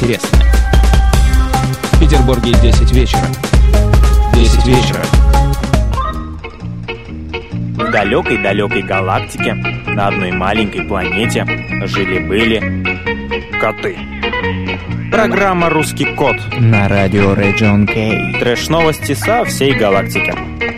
интересное. В Петербурге 10 вечера. 10 вечера. В далекой-далекой галактике на одной маленькой планете жили-были коты. Программа «Русский кот» на радио Region K. Трэш-новости со всей галактики.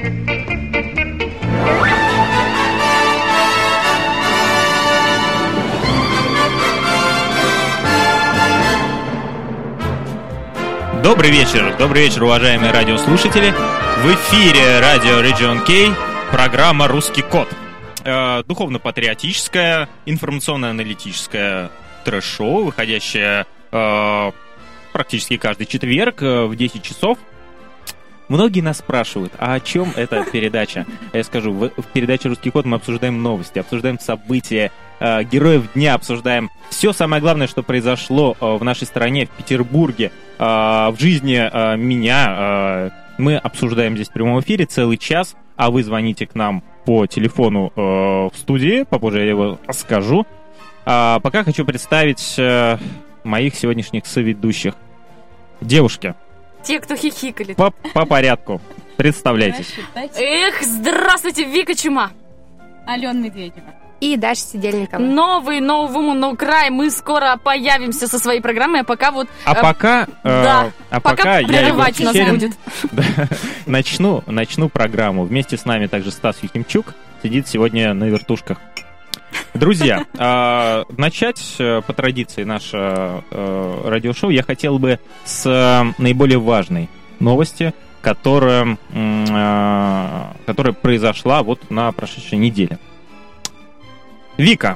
Добрый вечер, уважаемые радиослушатели. В эфире радио Region K, программа «Русский кот». Духовно-патриотическое, информационно-аналитическое трэш-шоу, выходящее практически каждый четверг в 10 часов. Многие нас спрашивают, а о чем эта передача? Я скажу, в передаче «Русский кот» мы обсуждаем новости, обсуждаем события, героев дня, обсуждаем все самое главное, что произошло в нашей стране, в Петербурге, в жизни меня. Мы обсуждаем здесь в прямом эфире целый час, а вы звоните к нам по телефону в студии, попозже я его скажу. Пока хочу представить моих сегодняшних соведущих. Девушки. Те, кто хихикали. По порядку. Представляйтесь. Эх, здравствуйте, Вика Чума. Алена Медведева. И Даша Сидельникова. Новый край. Мы скоро появимся со своей программой, а пока вот... пока прерывать нас будет. Начну программу. Вместе с нами также Стас Юхимчук сидит сегодня на вертушках. Друзья, начать по традиции наше радиошоу я хотел бы с наиболее важной новости, которая произошла вот на прошедшей неделе. Вика,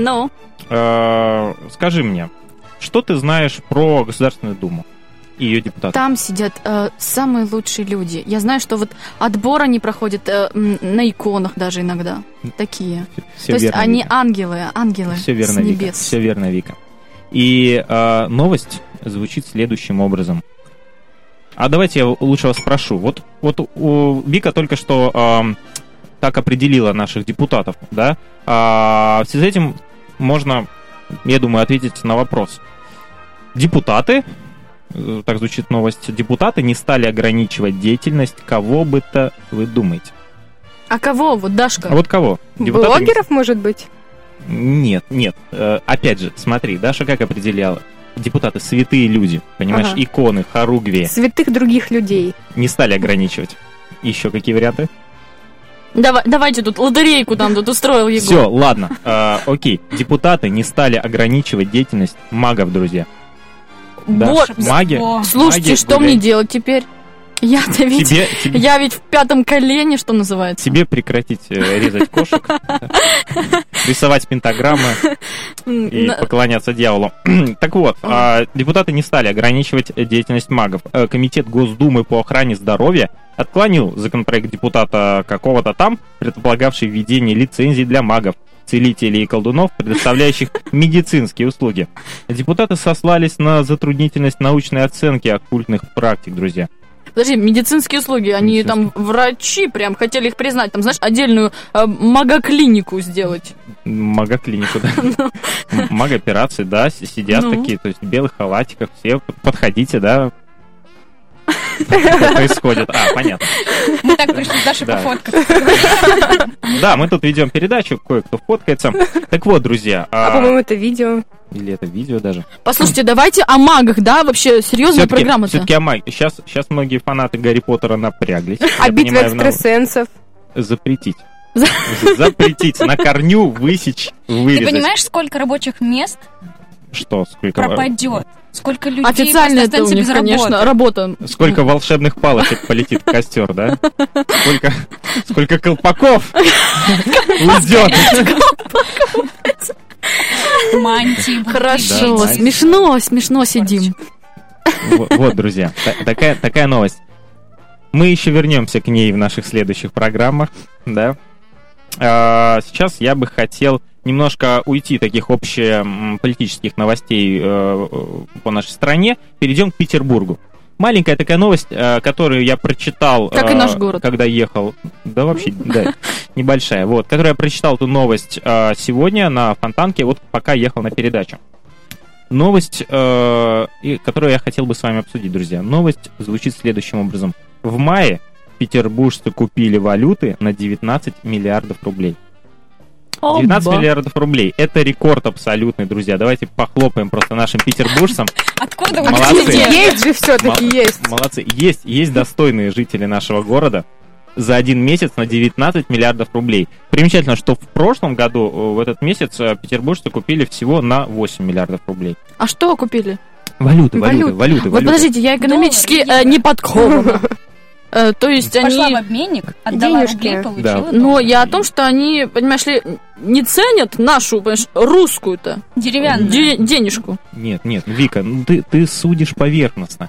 скажи мне, что ты знаешь про Государственную Думу и ее депутатов? Там сидят самые лучшие люди. Я знаю, что вот отбор они проходят на иконах даже иногда. Такие. Все То верно, есть они Вика. ангелы Все верно, с небес. Вика. Все верно, Вика. И новость звучит следующим образом. А давайте я лучше вас спрошу. Вот Вика только что так определила наших депутатов, да? В связи с этим можно, я думаю, ответить на вопрос. Депутаты, так звучит новость, депутаты не стали ограничивать деятельность кого бы то вы думаете. А кого? Вот Дашка. А вот кого? Блогеров, может быть? Нет. Опять же, смотри, Даша как определяла? Депутаты святые люди, понимаешь, иконы, хоругви. Святых других людей. Не стали ограничивать. Еще какие варианты? Давайте тут лотерейку там тут устроил Егор. Все, ладно, окей. Депутаты не стали ограничивать деятельность магов, друзья. Да, маги. Слушайте, маги что мне делать теперь? Я ведь в пятом колене, что называется. Тебе прекратить резать кошек, рисовать пентаграммы и поклоняться дьяволу. Так вот, депутаты не стали ограничивать деятельность магов. Комитет Госдумы по охране здоровья отклонил законопроект депутата какого-то там, предполагавший введение лицензий для магов, целителей и колдунов, предоставляющих медицинские услуги. Депутаты сослались на затруднительность научной оценки оккультных практик, друзья. Подожди, медицинские услуги, они там врачи прям хотели их признать, там, знаешь, отдельную магоклинику сделать. Магоклинику, да. Магоперации, да, сидят такие, то есть в белых халатиках, все подходите, да. Что происходит? Понятно. Мы так пришли с Дашей пофоткаться. Да, мы тут ведем передачу, кое-кто фоткается. Так вот, друзья. По-моему, это видео. Или это видео даже. Послушайте, давайте о магах, да? Вообще, серьезная программа-то. Все-таки о магах. Сейчас многие фанаты Гарри Поттера напряглись. А битва экстрасенсов? Запретить. Запретить. На корню высечь, вырезать. Ты понимаешь, сколько рабочих мест сколько пропадет? Сколько людей официально это у них, без конечно, работа. Сколько волшебных палочек полетит в костер, да? Сколько колпаков уйдет. Мантии. Хорошо, Да, смешно сидим. Вот, друзья, такая новость. Мы еще вернемся к ней в наших следующих программах, да. Сейчас я бы хотел немножко уйти таких общеполитических новостей по нашей стране. Перейдем к Петербургу. Маленькая такая новость, которую я прочитал, как и наш город, когда ехал. Да, вообще, да, небольшая. Вот, которую я прочитал эту новость сегодня на Фонтанке, вот пока ехал на передачу. Новость, которую я хотел бы с вами обсудить, друзья. Новость звучит следующим образом. В мае петербуржцы купили валюты на 19 миллиардов рублей. 19 миллиардов рублей. Это рекорд абсолютный, друзья. Давайте похлопаем просто нашим петербуржцам. Откуда вы Молодцы. такие? Есть же все-таки, есть. Молодцы. Есть достойные жители нашего города. За один месяц на 19 миллиардов рублей. Примечательно, что в прошлом году, в этот месяц, петербуржцы купили всего на 8 миллиардов рублей. А что купили? Валюты. Вот подождите, я экономически не подкована. То есть Пошла они... в обменник, отдала Денежки. рублей, получила. Да. доллары. Но я о том, что они, понимаешь ли, не ценят нашу, понимаешь, русскую-то Деревянная. денежку. Нет, Вика, ну ты судишь поверхностно.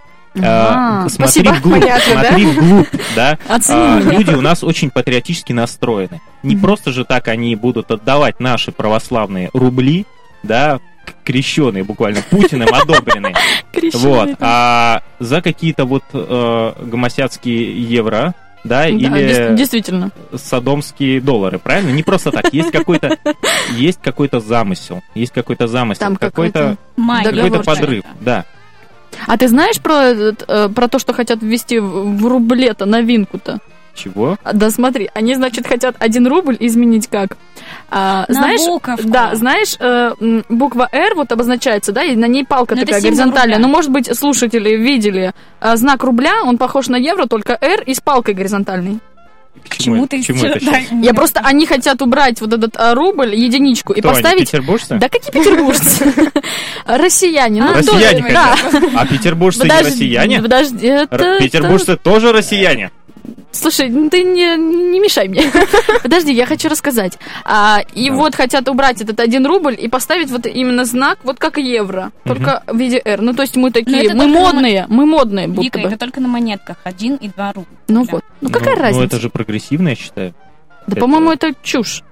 Смотри Спасибо. вглубь, Понятно, да? смотри вглубь, да. Оцени меня. Люди у нас очень патриотически настроены. Не просто же так они будут отдавать наши православные рубли, да, крещеные буквально, Путиным одобренные. Вот. А за какие-то вот гомосятские евро, да, или Действительно. содомские доллары, правильно? Не просто так. Есть какой-то замысел. Есть какой-то замысел. Там Какой-то Майя. договор подрыв, да. А ты знаешь про то, что хотят ввести в рубле-то новинку-то? Чего? Да смотри, они, значит, хотят 1 рубль изменить как? Знаешь, буковку. да, знаешь, буква «Р» вот обозначается, да, и на ней палка Но это такая символ горизонтальная. рубля. Ну, может быть, слушатели видели знак рубля, он похож на евро, только «Р» и с палкой горизонтальной. К чему ты это да, сейчас? Я просто, они хотят убрать вот этот рубль, единичку, и Кто они, поставить... петербуржцы? Да какие петербуржцы? Россияне. Ну, Россияне тоже, да. хотят. А петербуржцы не Подожди, россияне? Подожди, Петербуржцы тоже россияне. Слушай, ну ты не мешай мне. Подожди, я хочу рассказать. И вот хотят убрать этот 1 рубль и поставить вот именно знак, вот как евро, только в виде R. Ну, то есть мы такие, это мы только модные, будто Вика, бы. это только на монетках. 1 и 2 рубля. Ну вот. Ну какая Ну, разница? это же прогрессивно, я считаю. Да, по-моему, это чушь.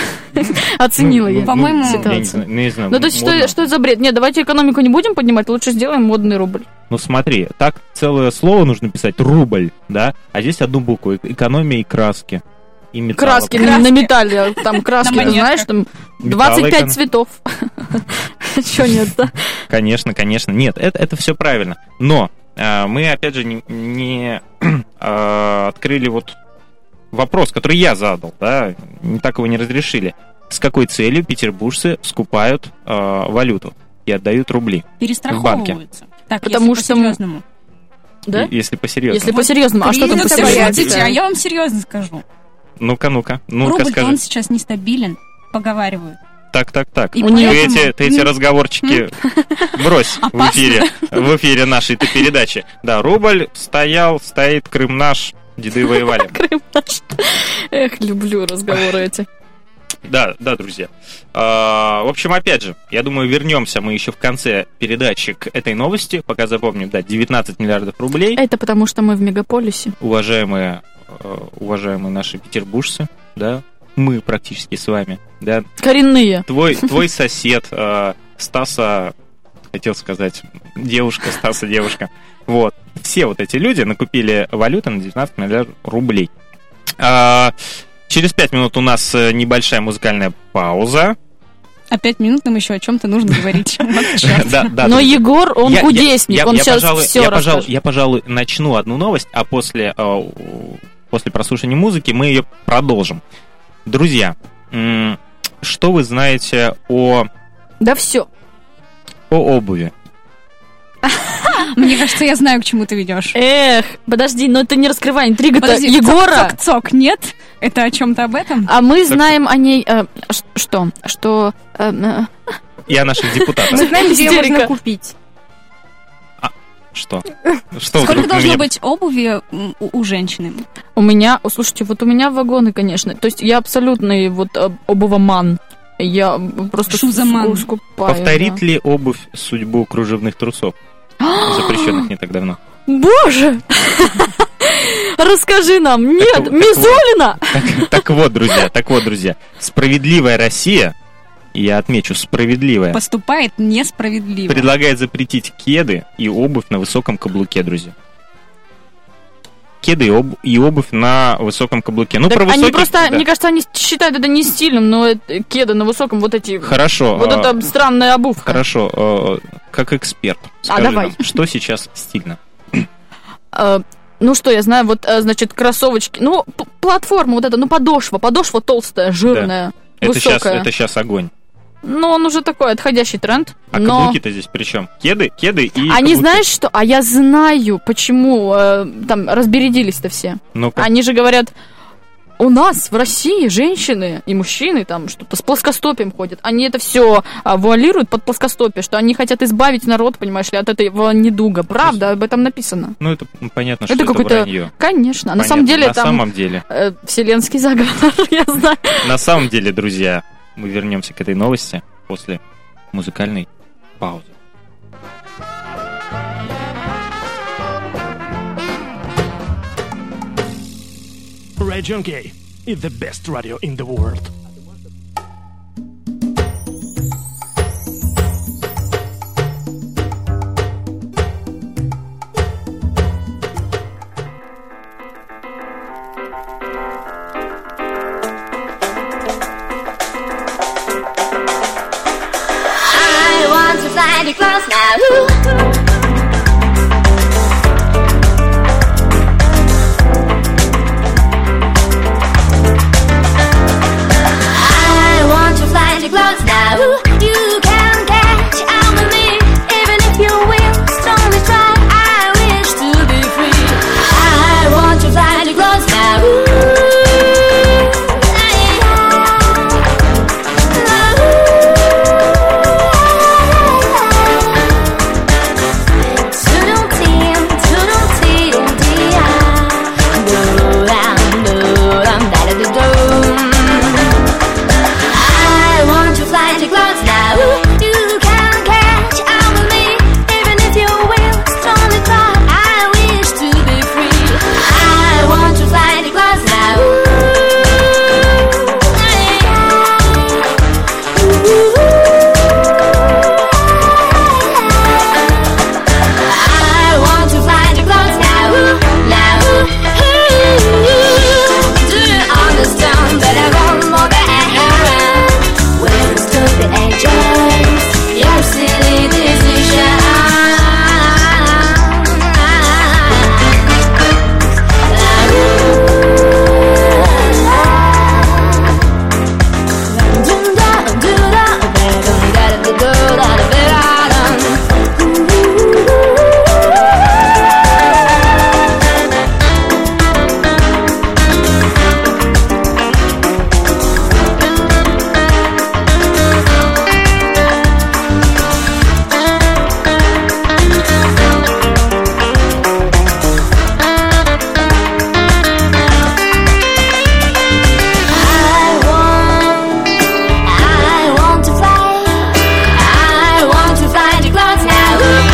Оценила я По-моему, ситуацию. Не знаю. Ну, то есть, модно. что это за бред? Нет, давайте экономику не будем поднимать, лучше сделаем модный рубль. Ну смотри, так целое слово нужно писать, рубль, да? А здесь одну букву, экономия и краски. И металла. Краски на металле, там краски, На ты знаешь, там 25 цветов. Чего нет-то? Конечно. Нет, это все правильно. Но мы, опять же, не открыли вот вопрос, который я задал, да, не так его не разрешили. С какой целью петербуржцы скупают валюту и отдают рубли? перестраховываются. Так, Потому если что по-серьезному. Да? Если по-серьезному. Если по-серьезному. А что там Кризис, по-серьезному? подождите, а я вам серьезно скажу. Ну-ка, Рубль, скажи. он сейчас нестабилен, поговаривают. Так. И У нее- поэтому- Ты эти разговорчики брось в эфире нашей этой передачи. Да, рубль стоит, Крым наш, деды воевали. Крым наш. Эх, люблю разговоры эти. Да, друзья. В общем, опять же, я думаю, вернемся мы еще в конце передачи к этой новости. Пока запомним, да, 19 миллиардов рублей. Это потому, что мы в мегаполисе. Уважаемые наши петербуржцы, да, мы практически с вами, да. Коренные. Твой сосед Стаса, хотел сказать, Стаса девушка. Вот. Все вот эти люди накупили валюты на 19 миллиардов рублей. Через 5 минут у нас небольшая музыкальная пауза. А 5 минут нам еще о чем-то нужно говорить. Вот черт. Да, Но Егор, он кудесник, он сейчас все расскажет. Я, пожалуй, начну одну новость, а после прослушивания музыки мы ее продолжим. Друзья, что вы знаете о Да все. обуви? Мне кажется, я знаю, к чему ты ведешь. Эх, подожди, но ты не раскрывай интригу-то Подожди, Егора. цок-цок, нет? Это о чем-то об этом? А мы знаем о ней... Что? И о наших депутатах. Мы знаем, где Истерика. можно купить. Что? Что Сколько вдруг на должно меня- быть обуви у женщины? У меня... Слушайте, вот у меня вагоны, конечно. То есть я абсолютный вот обувоман. Я просто Шузаман. скупаю. Повторит да. ли обувь судьбу кружевных трусов, запрещенных не так давно? Боже! Расскажи нам. Нет, Так вот. Мизулина! Так вот, друзья, справедливая Россия, я отмечу, справедливая, Поступает несправедливо. предлагает запретить кеды и обувь на высоком каблуке, друзья. кеды и обувь на высоком каблуке. Ну, Так про они высокий... просто, да. мне кажется, они считают это не стильным, но это кеды на высоком вот эти... Хорошо. Вот это странная обувка. Хорошо. Как эксперт, скажи давай. нам, что сейчас стильно? Ну что, я знаю, вот, значит, кроссовочки. Ну, платформа вот эта, ну, подошва толстая, жирная, высокая. Это сейчас огонь. Ну, он уже такой отходящий тренд. А но... каблуки-то здесь при чем? Кеды и Они, каблуки. знаешь что? А я знаю, почему там разбередились-то все. Ну-ка. Они же говорят, у нас в России женщины и мужчины там что-то с плоскостопием ходят. Они это все вуалируют под плоскостопие, что они хотят избавить народ, понимаешь ли, от этого недуга. Правда, об этом написано. Ну, это понятно, что это какой-то... вранье. Конечно. Понятно. На самом деле На там... самом деле. Вселенский заговор, я знаю. На самом деле, друзья, мы вернемся к этой новости после музыкальной паузы. Radio Gay is the best radio in the world. I want to fly you close now. I want to fly you close now. You can catch up with me, even if you will. Stormy try, I wish to be free. I want to fly you close now. I want to fly the clouds now. You can catch up with me, even if you will. Stormy cloud, I wish to be free. I want to fly the clouds now. I want to fly the clouds now. Do you understand that I want more than when it's to the edges, your silly decision. I want to fly. I want to fly the clouds now.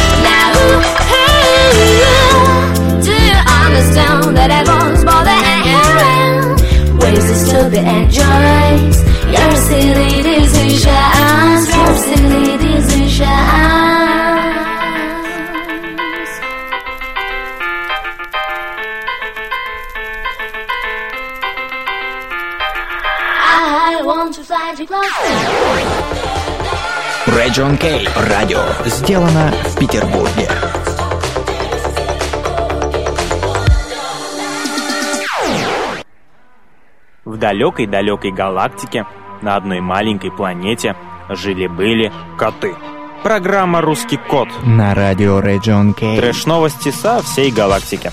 Do you understand that I want more than ways to stupid and joys? Your silly decisions. Your silly decisions. I want to fly the clouds now. Region K. Радио. Сделано в Петербурге. В далекой-далекой галактике на одной маленькой планете жили-были коты. Программа «Русский кот». На радио Region K. Трэш-новости со всей галактики.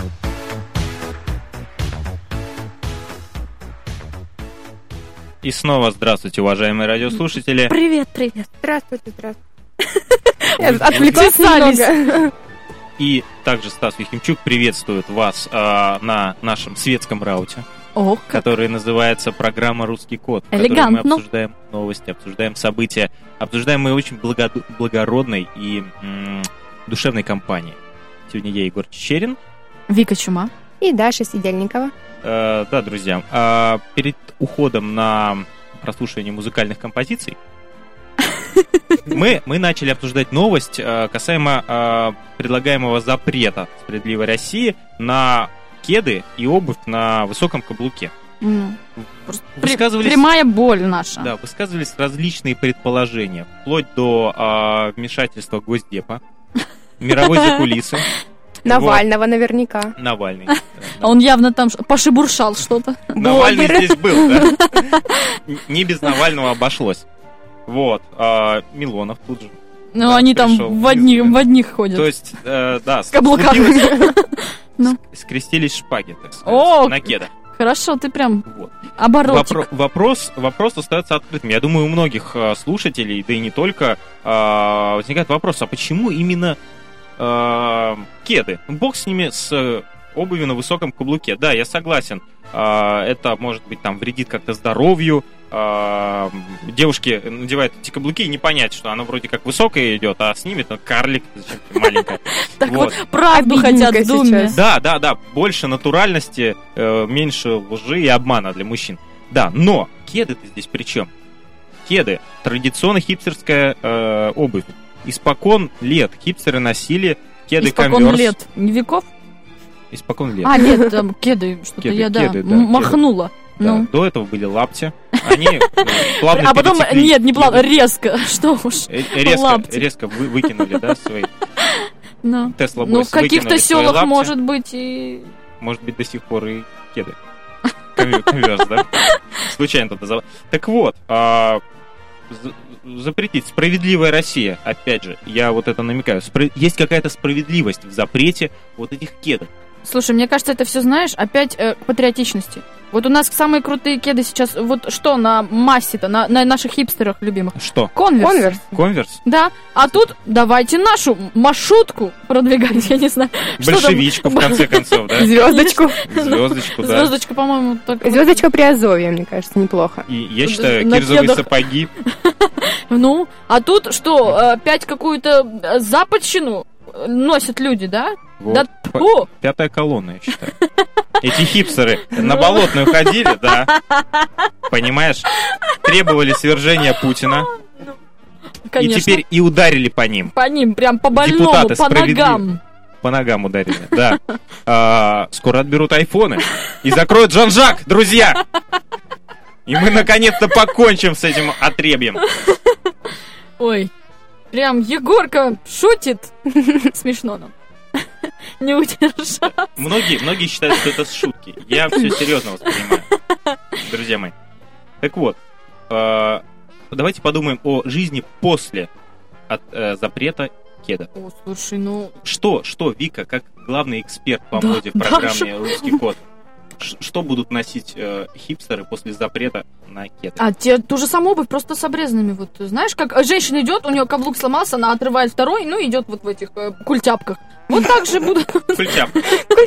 И снова здравствуйте, уважаемые радиослушатели. Привет. Здравствуйте. Отвлеклась немного. И также Стас Вихимчук приветствует вас на нашем светском рауте, О, как который называется программа «Русский кот», в которой мы элегантно. обсуждаем новости, обсуждаем события, обсуждаем мы очень благородной и душевной компании. Сегодня я, Егор Чечерин. Вика Чума. И Даша Сидельникова. Да, друзья, перед уходом на прослушивание музыкальных композиций мы начали обсуждать новость касаемо предлагаемого запрета «Справедливой России» на кеды и обувь на высоком каблуке. Высказывались... Прямая боль наша. Да, высказывались различные предположения, вплоть до вмешательства Госдепа, мировой закулисы. Навального наверняка. Навальный. А он явно там пошебуршал что-то. Навальный здесь был, да. Не без Навального обошлось. Вот. Милонов тут же. Ну, они там в одних ходят. То есть, да, с каблуками. Скрестились шпаги, так сказать, на кедах. Хорошо, ты прям оборотик. Вопрос остается открытым. Я думаю, у многих слушателей, да и не только, возникает вопрос, а почему именно кеды? Бог с ними, с обувью на высоком каблуке. Да, я согласен. Это, может быть, там вредит как-то здоровью. Девушки надевают эти каблуки и не понять, что она вроде как высокая идет, а с ними там карлик, зачем маленькая. Так вот, правду хотят в Думе. Да, больше натуральности, меньше лжи и обмана для мужчин. Да, но кеды-то здесь при чем? Кеды — традиционно хипстерская обувь. Испокон лет хипстеры носили кеды Converse. Испокон лет, не веков? Испокон лет. А, нет, там кеды, что-то я, махнула. Да, ну. До этого были лапти. Они плавно А потом, нет, не плавно, резко. Что уж. Резко выкинули, да, свои. Тесла Бойс. Ну, в каких-то селах, может быть, и... Может быть, до сих пор и кеды. Converse, да? Случайно тут назвал. Так вот, запретить. Справедливая Россия, опять же, я вот это намекаю. Есть какая-то справедливость в запрете вот этих кедов. Слушай, мне кажется, это все, знаешь, опять к патриотичности. Вот у нас самые крутые кеды сейчас, вот что на массе-то, на наших хипстерах любимых? Что? Конверс. Да, а тут давайте нашу маршрутку продвигать, я не знаю. Большевичку, в конце концов, да? Звездочку. Звездочку, да. Звездочка, по-моему, так... Звездочка при Азове, мне кажется, неплохо. И я считаю, кирзовые сапоги. Ну, а тут что, опять какую-то западщину носят люди, да? Вот. Да, пятая колонна, я считаю. Эти хипстеры на Болотную ходили, да. Понимаешь? Требовали свержения Путина. Конечно. И теперь и ударили по ним. По ним, прям по больному, депутаты по ногам. По ногам ударили, да. Скоро отберут айфоны и закроют Жан-Жак, друзья. И мы наконец-то покончим с этим отребьем. Ой, прям Егорка шутит. Смешно нам. Не удержаться. Многие считают, что это шутки. Я все серьезно воспринимаю, друзья мои. Так вот, давайте подумаем о жизни после запрета кеда. О, слушай, ну... Что, Вика, как главный эксперт по моде в программе «Русский код», что будут носить хипстеры после запрета на кеды? А те ту же самую обувь, просто с обрезанными. Вот знаешь, как женщина идет, у нее каблук сломался, она отрывает второй, ну идет вот в этих культяпках. Вот так же будут. Культяпки.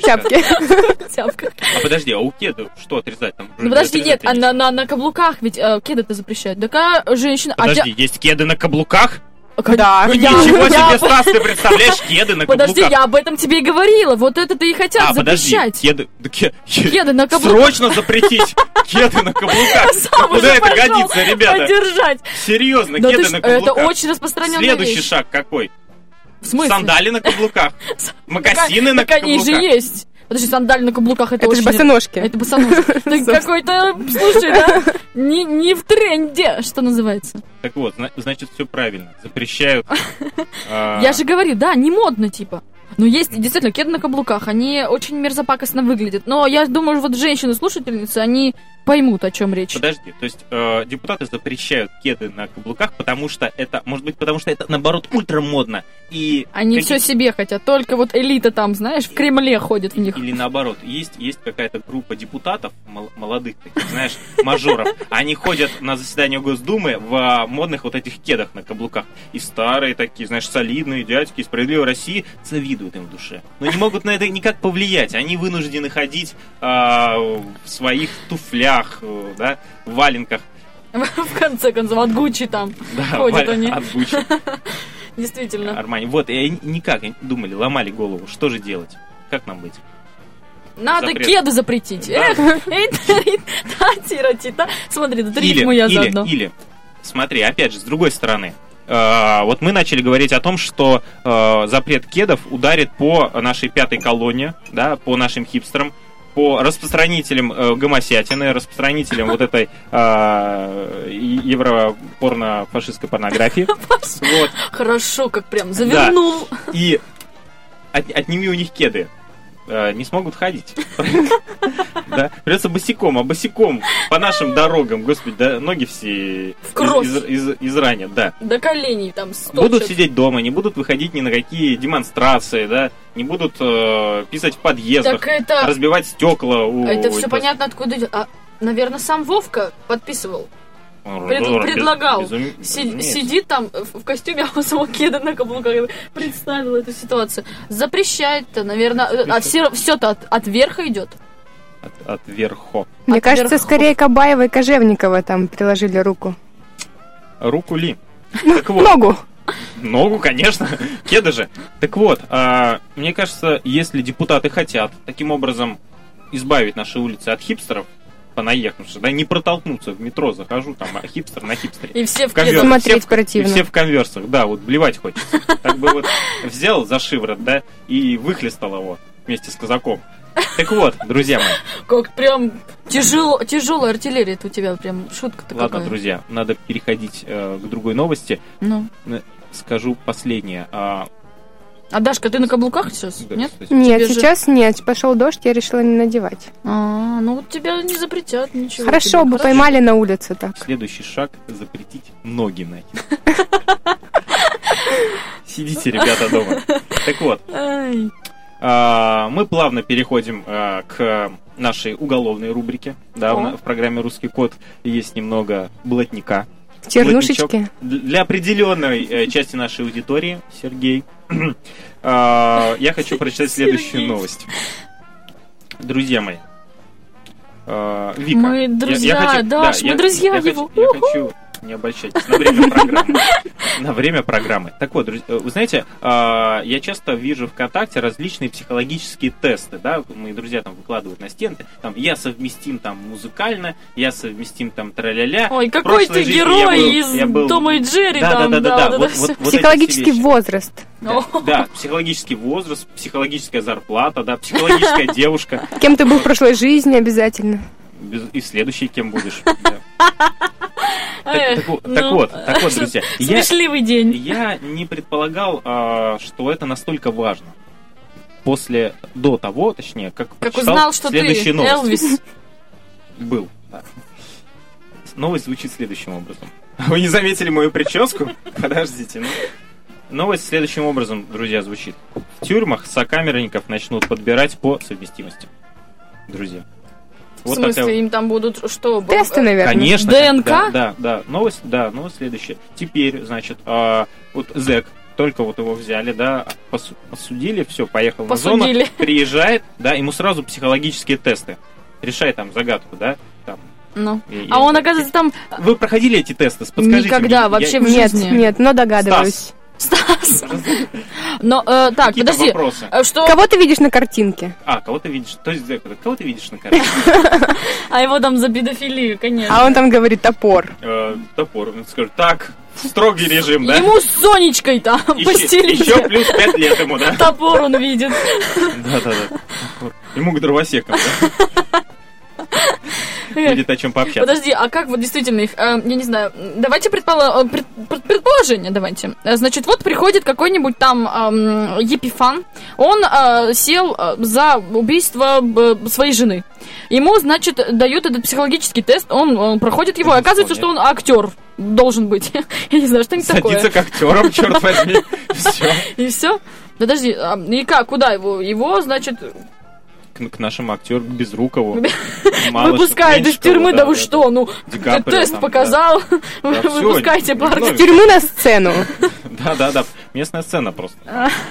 А подожди, а у кедов что отрезать там? Ну подожди, нет, а на каблуках ведь кеды-то запрещают. Такая женщина... Подожди, есть кеды на каблуках? Да. Ничего себе, Стас, ты представляешь, кеды на каблуках. Подожди, я об этом тебе и говорила. Вот это-то и хотят запрещать. Кеды на каблуках. Срочно запретить кеды на каблуках. Куда это годится, ребята? Поддержать. Серьезно, кеды на каблуках. Это очень распространенная вещь. Следующий шаг какой? В смысле? Сандали на каблуках. Мокасины на каблуках. Так они же есть. Подожди, сандали на каблуках, это же босоножки. Это босоножки. Ты какой-то, слушай, да, не в тренде, что называется. Так вот, значит, все правильно. Запрещают. Я же говорю, да, не модно, типа. Но есть действительно кеды на каблуках, они очень мерзопакостно выглядят. Но я думаю, вот женщины-слушательницы, они поймут, о чем речь. Подожди, то есть депутаты запрещают кеды на каблуках, потому что это, может быть, потому что это, наоборот, ультрамодно. И они все себе хотят, только вот элита там, знаешь, в Кремле ходит в них. Или наоборот, есть какая-то группа депутатов, молодых таких, знаешь, мажоров, они ходят на заседание Госдумы в модных вот этих кедах на каблуках. И старые такие, знаешь, солидные дядьки из «Справедливой России» завидуют им в душе. Но не могут на это никак повлиять. Они вынуждены ходить в своих туфлях, да, в валенках. В конце концов, от Гуччи там ходят они. От Гуччи. Действительно. Армани. Вот, и никак думали, ломали голову. Что же делать? Как нам быть? Надо кеды запретить. Да. Смотри, тут рифму я заодно. Или, смотри, опять же, с другой стороны. Вот мы начали говорить о том, что запрет кедов ударит по нашей пятой колонне, да, по нашим хипстерам. по распространителям гомосятины, распространителям вот этой европорно-фашистской порнографии. Вот. Хорошо, как прям завернул. Да. И отними у них кеды. Не смогут ходить. Да? Придется босиком, босиком по нашим дорогам, господи, да, ноги все изранят, да. До коленей там сточат. Будут сидеть дома, не будут выходить ни на какие демонстрации, да, не будут писать в подъездах, разбивать стекла. Это все понятно, откуда идет. Наверное, сам Вовка подписывал. Предлагал. Сидит там в костюме, а у самого кеда на каблуках. Представил эту ситуацию. Запрещает-то, наверное. Все-то от верха идет. От верху. Мне кажется, скорее Кабаева и Кожевникова там приложили руку. Руку ли? Так вот. Ногу. Ногу, конечно. Кеды же. Так вот, мне кажется, если депутаты хотят таким образом избавить наши улицы от хипстеров, понаехавших, да, не протолкнуться в метро, захожу, там, хипстер на хипстере. И все в конверсах. Смотреть противно. И все в конверсах, да, вот блевать хочется. Так бы вот взял за шиворот, да, и выхлестал его вместе с казаком. Так вот, друзья мои. Как прям тяжелая артиллерия у тебя, прям шутка-то какая. Ладно, друзья, надо переходить к другой новости. Ну. Скажу последнее. Дашка, ты на каблуках сейчас? Да, нет? Нет, сейчас нет. Пошел дождь, я решила не надевать. Ну тебя не запретят, ничего. Хорошо бы поймали на улице так. Следующий шаг — запретить ноги носить. Сидите, ребята, дома. Так вот. Мы плавно переходим к нашей уголовной рубрике. Да, в программе «Русский код» есть немного блатника. Чернушечки. Для определенной части нашей аудитории, Сергей, я хочу прочитать следующую новость. Друзья мои, Вика. Мы друзья, Даш, мы друзья его. Я хочу... Не обольщайтесь. На время программы. Так вот, друзья, вы знаете, я часто вижу ВКонтакте различные психологические тесты, да, мои друзья там выкладывают на стены, там, я совместим там музыкально, я совместим там тра-ля-ля. Ой, какой ты герой из Тома и Джерри там. Да. Психологический возраст. Да, психологический возраст, психологическая зарплата, да, психологическая девушка. Кем ты был в прошлой жизни обязательно. И следующий кем будешь. Так вот, друзья. Смешливый день. Я не предполагал, что это настолько важно. До того, точнее, как узнал, что ты Элвис. Был, да. Новость звучит следующим образом. Вы не заметили мою прическу? Подождите, Новость следующим образом, друзья, звучит. В тюрьмах сокамерников начнут подбирать по совместимости. Друзья. В смысле, им там будут что? Тесты, наверное. Конечно. ДНК? Да. Новость следующая. Теперь, значит, вот зэк, только вот его взяли, да, посудили, все, поехал на зону, приезжает, да, ему сразу психологические тесты. Решай там загадку, да, там. Он, оказывается, там... Вы проходили эти тесты? Подскажите никогда, мне. в жизни. Нет, но догадываюсь. Стас. Но, так, подожди. Что... Кого ты видишь на картинке? Кого ты видишь? То есть, кого ты видишь на картинке? А его там за педофилию, конечно. А он там говорит топор. Топор. Он скажет, так, строгий режим, да? Ему с Сонечкой там постелили. Еще плюс 5 лет ему, да? Топор он видит. Да. Ему к дровосекам, да? Будет о чем пообщаться. Подожди, а как вот действительно их, я не знаю, давайте предположение давайте. Значит, вот приходит какой-нибудь там Епифан, он сел за убийство своей жены. Ему, значит, дают этот психологический тест, он проходит его, и оказывается, что он актер должен быть. Я не знаю, что-нибудь такое. Садится к актерам, черт возьми. Все. И все? Подожди, и как, куда его? Его, значит... К нашему актеру Безрукову. Выпускают из тюрьмы, да вы что? Ну, тест показал. Выпускайте парня. С тюрьмы на сцену. Да. Местная сцена просто.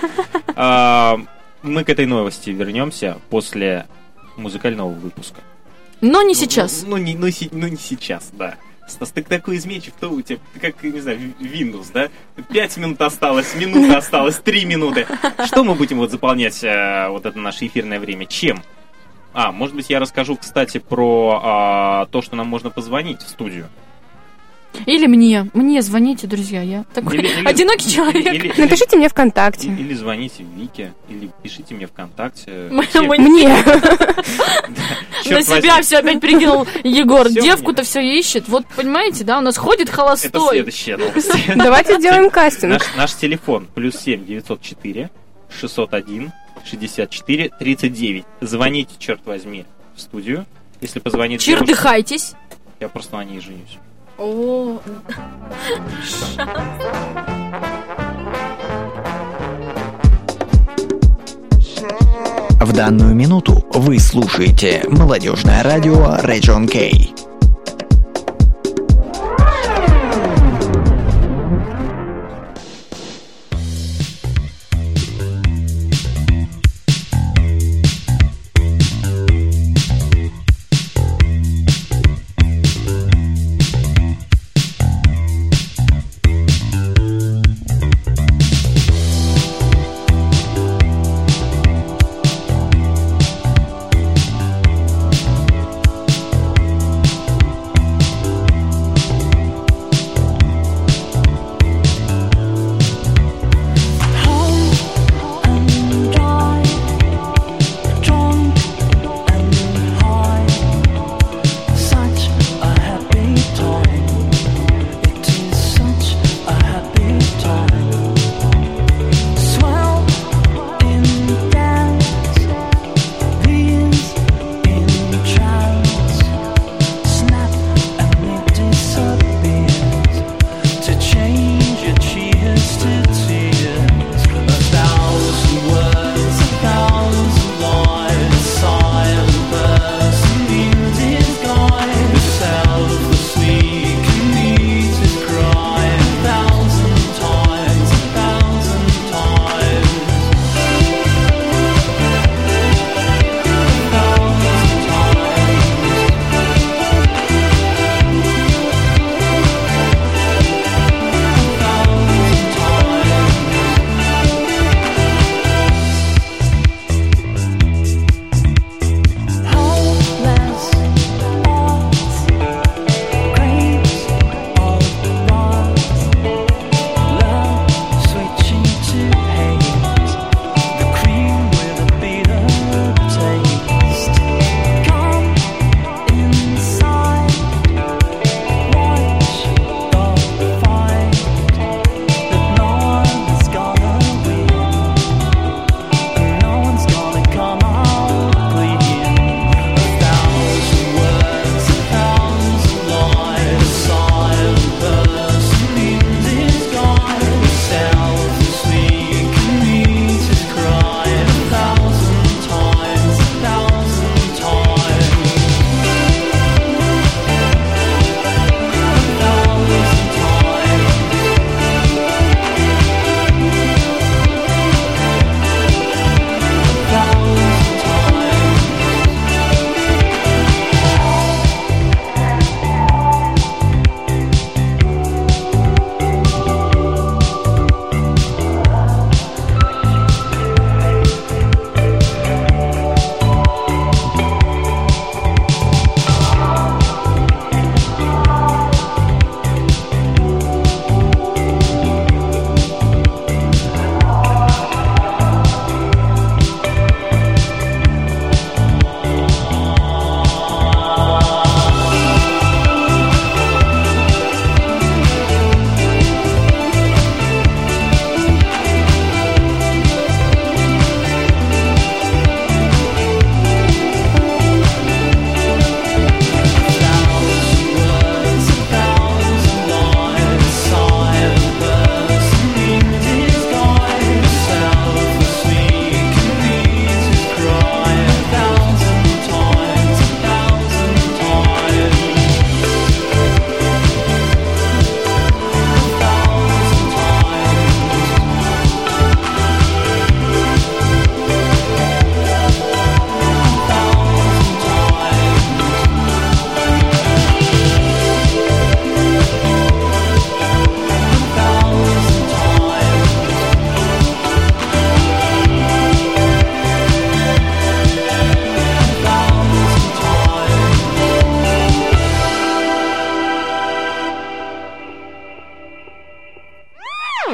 Мы к этой новости вернемся после музыкального выпуска. Но не сейчас. Не сейчас, да. Стас, ты такой изменчив, то у тебя, как, не знаю, Windows, да? 5 минут осталось, минута осталось, 3 минуты. Что мы будем вот заполнять вот это наше эфирное время? Чем? Может быть, я расскажу, кстати, про то, что нам можно позвонить в студию. Или мне звоните, друзья, я такой одинокий человек. Напишите мне ВКонтакте. Или звоните Вике, или пишите мне ВКонтакте. Мне. На себя все опять прикинул Егор. Девку-то все ищет. Вот понимаете, да, у нас ходит Это холостой. следующая новость. Давайте сделаем кастинг. Наш телефон +7 904 601 64 39. Звоните, черт возьми, в студию. Если позвонит девушка, Чердыхайтесь. я просто на ней женюсь. О, В данную минуту вы слушаете молодежное радио Region K.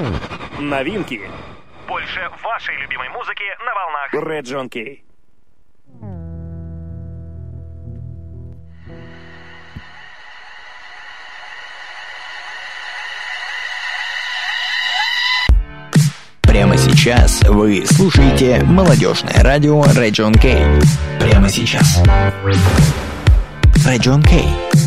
Новинки. Больше вашей любимой музыки на волнах Red John Kay. Прямо сейчас вы слушаете молодежное радио Red John Kay. Прямо сейчас. Red John Kay.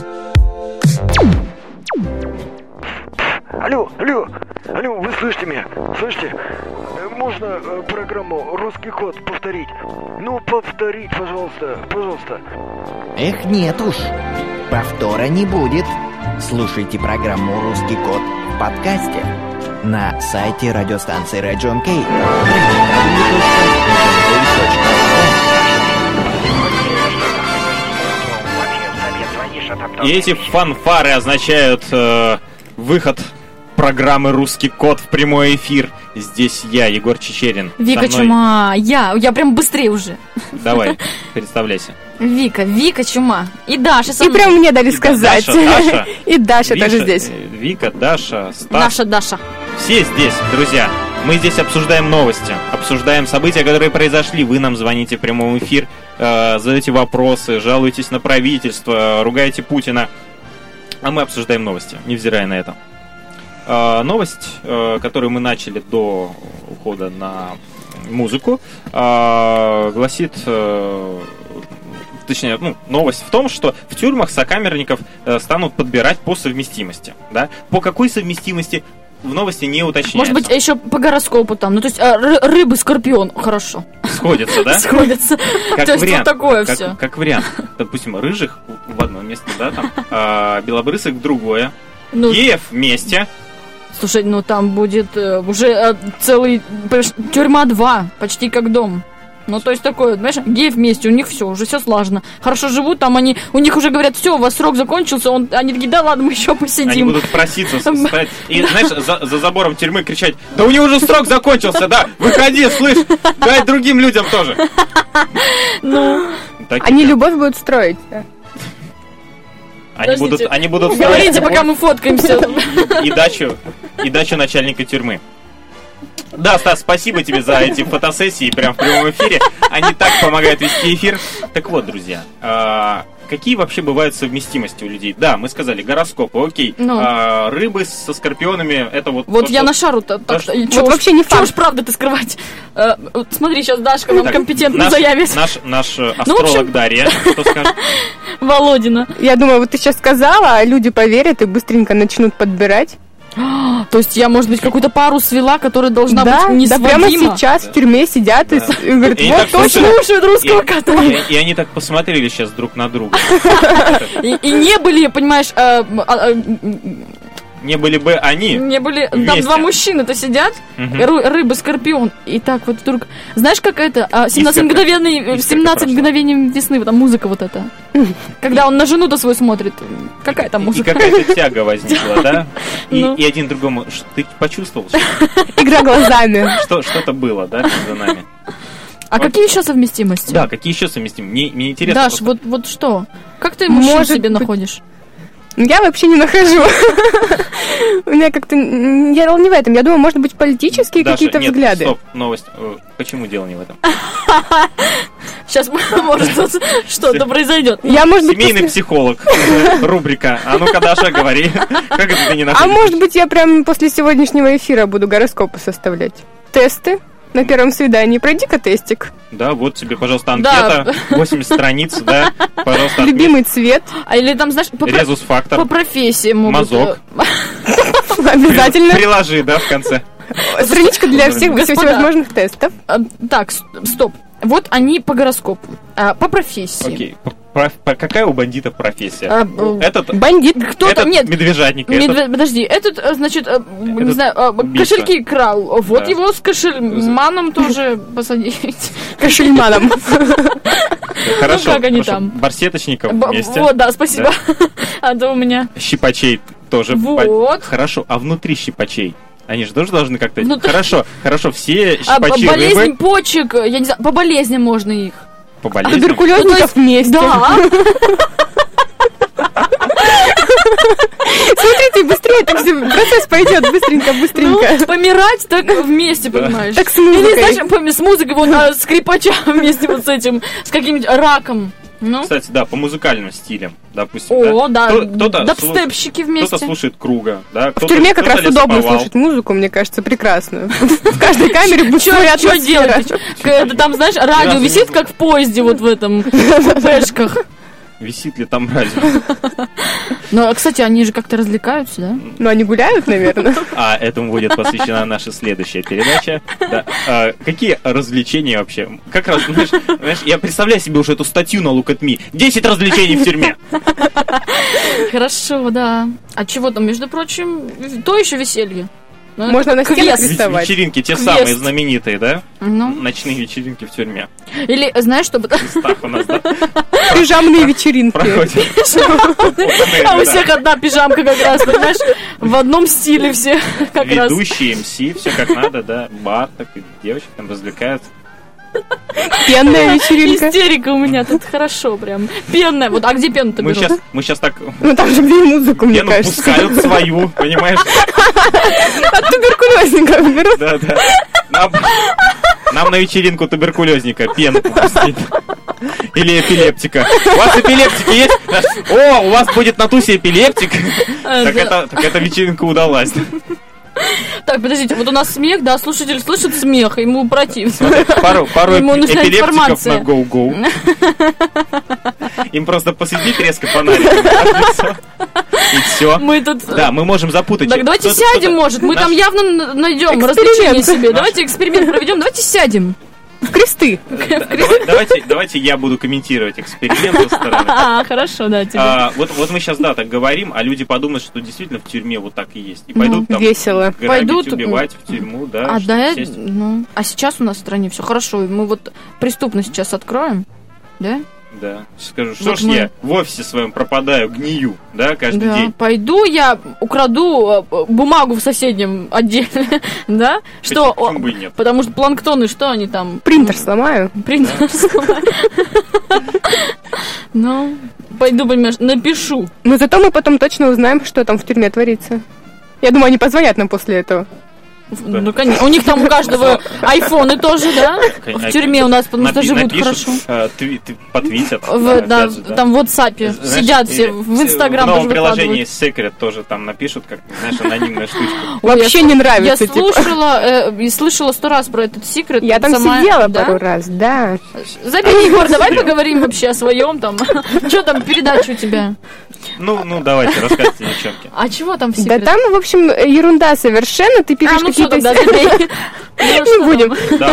Алло, вы слышите меня? Слышите? Можно программу «Русский код» повторить? Ну, повторить, пожалуйста. Эх, нет уж. Повтора не будет. Слушайте программу «Русский код» в подкасте на сайте радиостанции Red John Kay. И эти фанфары означают выход программы «Русский код» в прямой эфир. Здесь я, Егор Чечерин. Вика Чума, я прям быстрее уже. Давай, представляйся. Вика Чума. И Даша со И мной. прям мне дали сказать. Даша. И Даша тоже здесь. Вика, Даша, Стас. Даша. Все здесь, друзья. Мы здесь обсуждаем новости, обсуждаем события, которые произошли. Вы нам звоните в прямой эфир, задаете вопросы, жалуетесь на правительство, ругаете Путина. А мы обсуждаем новости, невзирая на это. Новость, которую мы начали до ухода на музыку, гласит... Точнее, новость в том, что в тюрьмах сокамерников станут подбирать по совместимости. Да? По какой совместимости в новости не уточняется. Может быть, еще по гороскопу там. Ну, то есть рыбы, скорпион, хорошо. Сходятся, да? Сходятся. Как то есть вариант, вот такое все. Как вариант. Допустим, рыжих в одно место, да, там, белобрысых в другое. Геев вместе. Слушай, там будет уже целый... Тюрьма 2, почти как дом. Ну, то есть такое, понимаешь, геи вместе, у них все слажено. Хорошо живут, там у них уже говорят, все, у вас срок закончился, они такие, да ладно, мы еще посидим. Они будут проситься стать. И, знаешь, за забором тюрьмы кричать, да у него уже срок закончился, да, выходи, слышь, дай другим людям тоже. Они любовь будут строить. Они будут строить. Говорите, пока мы фоткаемся. И дачу начальника тюрьмы. Да, Стас, спасибо тебе за эти фотосессии прямо в прямом эфире. Они так помогают вести эфир. Так вот, друзья, какие вообще бывают совместимости у людей? Да, мы сказали, гороскопы, окей. Рыбы со скорпионами, это вот... Вот я на шару-то... Вот вообще не факт. Чего уж правда-то скрывать? Смотри, сейчас Дашка нам компетентно заявит. Наш астролог Дарья, что скажет? Володина. Я думаю, вот ты сейчас сказала, люди поверят и быстренько начнут подбирать. То есть я, может быть, какую-то пару свела, которая должна быть несводима? Да, прямо сейчас в тюрьме сидят и говорят, вот кто слушает русского кота. И они так посмотрели сейчас друг на друга. И не были, понимаешь... Не были бы они. Не были. Там два мужчины-то сидят, рыба-скорпион. И так вот вдруг. Знаешь, как это? 17 мгновений весны, там музыка вот эта. Когда он на жену-то свою смотрит. Какая там музыка? И какая-то тяга возникла, да? И один другому. Ты почувствовал? Игра глазами. Что-то было, да, между нами. А какие еще совместимости? Да, какие еще совместимости? Мне интересно. Даш, вот что? Как ты мужчин себе находишь? Я вообще не нахожу. У меня как-то... Дело не в этом. Я думаю, может быть, политические какие-то взгляды. Стоп, новость. Почему дело не в этом? Сейчас, может, что-то произойдет. Семейный психолог. Рубрика. А ну-ка, Даша, говори. Как это ты не находишь? А может быть, я прям после сегодняшнего эфира буду гороскопы составлять. Тесты на первом свидании. Пройди-ка тестик. Да, вот тебе, пожалуйста, анкета. 80 страниц, да. Пожалуйста, любимый цвет. Или там, знаешь, резус-фактор. По профессии могут. Мазок. Обязательно. Приложи, да, в конце. Страничка для всевозможных тестов. Так, стоп. Вот они по гороскопу. По профессии. Окей. Какая у бандита профессия? Этот бандит. Кто-то, нет. Медвежатник. Подожди, этот, значит, не знаю, кошельки крал. Вот его с кошельманом тоже посадить. Кошельманом. Хорошо. Как они там? Барсеточников вместе. Вот, да, спасибо. А то у меня... Щипачей тоже. Вот. Хорошо, а внутри щипачей? Они же тоже должны как-то... Хорошо, все щипачи болезнь рыбы... почек, я не знаю, по болезням можно их. По болезням? Туберкулезников вместе. Да. Смотрите, быстрее так все, процесс пойдет быстренько. Ну, помирать так вместе, понимаешь? Так с музыкой. Или, знаешь, с музыкой, вон, скрипача вместе вот с этим, с каким-нибудь раком. Ну? Кстати, да, по музыкальным стилям, допустим. О, да, кто-то дабстепщики вместе. Кто-то слушает Круга, да. В тюрьме как раз удобно слушать музыку, мне кажется, прекрасно. В каждой камере будет своя атмосфера. Что делать? Там, знаешь, радио висит, как в поезде, вот в этом, в пешках. Висит ли там радио? Ну, кстати, они же как-то развлекаются, да? Ну, они гуляют, наверное. А этому будет посвящена наша следующая передача. Да. Какие развлечения вообще? Как раз, знаешь, я представляю себе уже эту статью на Look at Me. 10 развлечений в тюрьме. Хорошо, да. А чего там, между прочим, то еще веселье. Ну, можно на стенах рисовать. Вечеринки, те самые знаменитые, да? Ночные вечеринки в тюрьме. Или, знаешь, что... у нас, да? Пижамные вечеринки. А у всех одна пижамка как раз, понимаешь? В одном стиле все как раз. Ведущие, МС, все как надо, да? Бар, так и девочки там развлекаются. Пенная вечеринка. Истерика у меня тут хорошо прям. Пенная. Вот, а где пену-то берут? Мы сейчас так... Ну там же где и музыку, мне кажется. Пускают свою, понимаешь? От туберкулезников берут. Да. Нам на вечеринку туберкулезника пену пустить. Или эпилептика. У вас эпилептики есть? О, у вас будет на тусе эпилептик. Так эта вечеринка удалась. Так, подождите, вот у нас смех, да, слушатель слышит смех, ему противно. Пару Ему нужна эпилептиков информация. на гоу-гоу. Им просто посветить резко фонариком. И все. Мы тут... Да, мы можем запутать. Так давайте сядем, может, мы там явно найдем развлечение себе. Давайте эксперимент проведем, давайте сядем. В кресты. Давайте я буду комментировать эксперимент со стороны. Хорошо, да, тебе. Вот мы сейчас, да, так говорим, а люди подумают, что действительно в тюрьме вот так и есть. И пойдут там весело. грабить, убивать в тюрьму, да. А сейчас у нас в стране все хорошо. Мы вот преступность сейчас откроем, да? Да. Скажу, что ж я в офисе своем пропадаю, гнию, да, каждый день. Пойду я украду бумагу в соседнем отделе, да? Что? Почему бы и нет? Потому что планктоны, что они там? Принтер сломаю. Сломаю. Ну, пойду, понимаешь, напишу. Но зато мы потом точно узнаем, что там в тюрьме творится. Я думаю, они позвонят нам после этого. Да. Ну, конечно. У них там у каждого айфоны тоже, да? В тюрьме у нас, потому что живут хорошо. Потвитят. Да, там в WhatsApp сидят все, в Инстаграм тоже выкладывают. В новом приложении Secret тоже там напишут, как, знаешь, анонимная штучка. Вообще не нравится. Я слушала и слышала 100 раз про этот Secret. Я там сидела пару раз, да. Забей, Егор, давай поговорим вообще о своем там. Что там, передача у тебя? Ну, давайте, рассказывайте, девчонки. А чего там в Secret? Да там, в общем, ерунда совершенно. Ты пишешь какие-то... Не будем.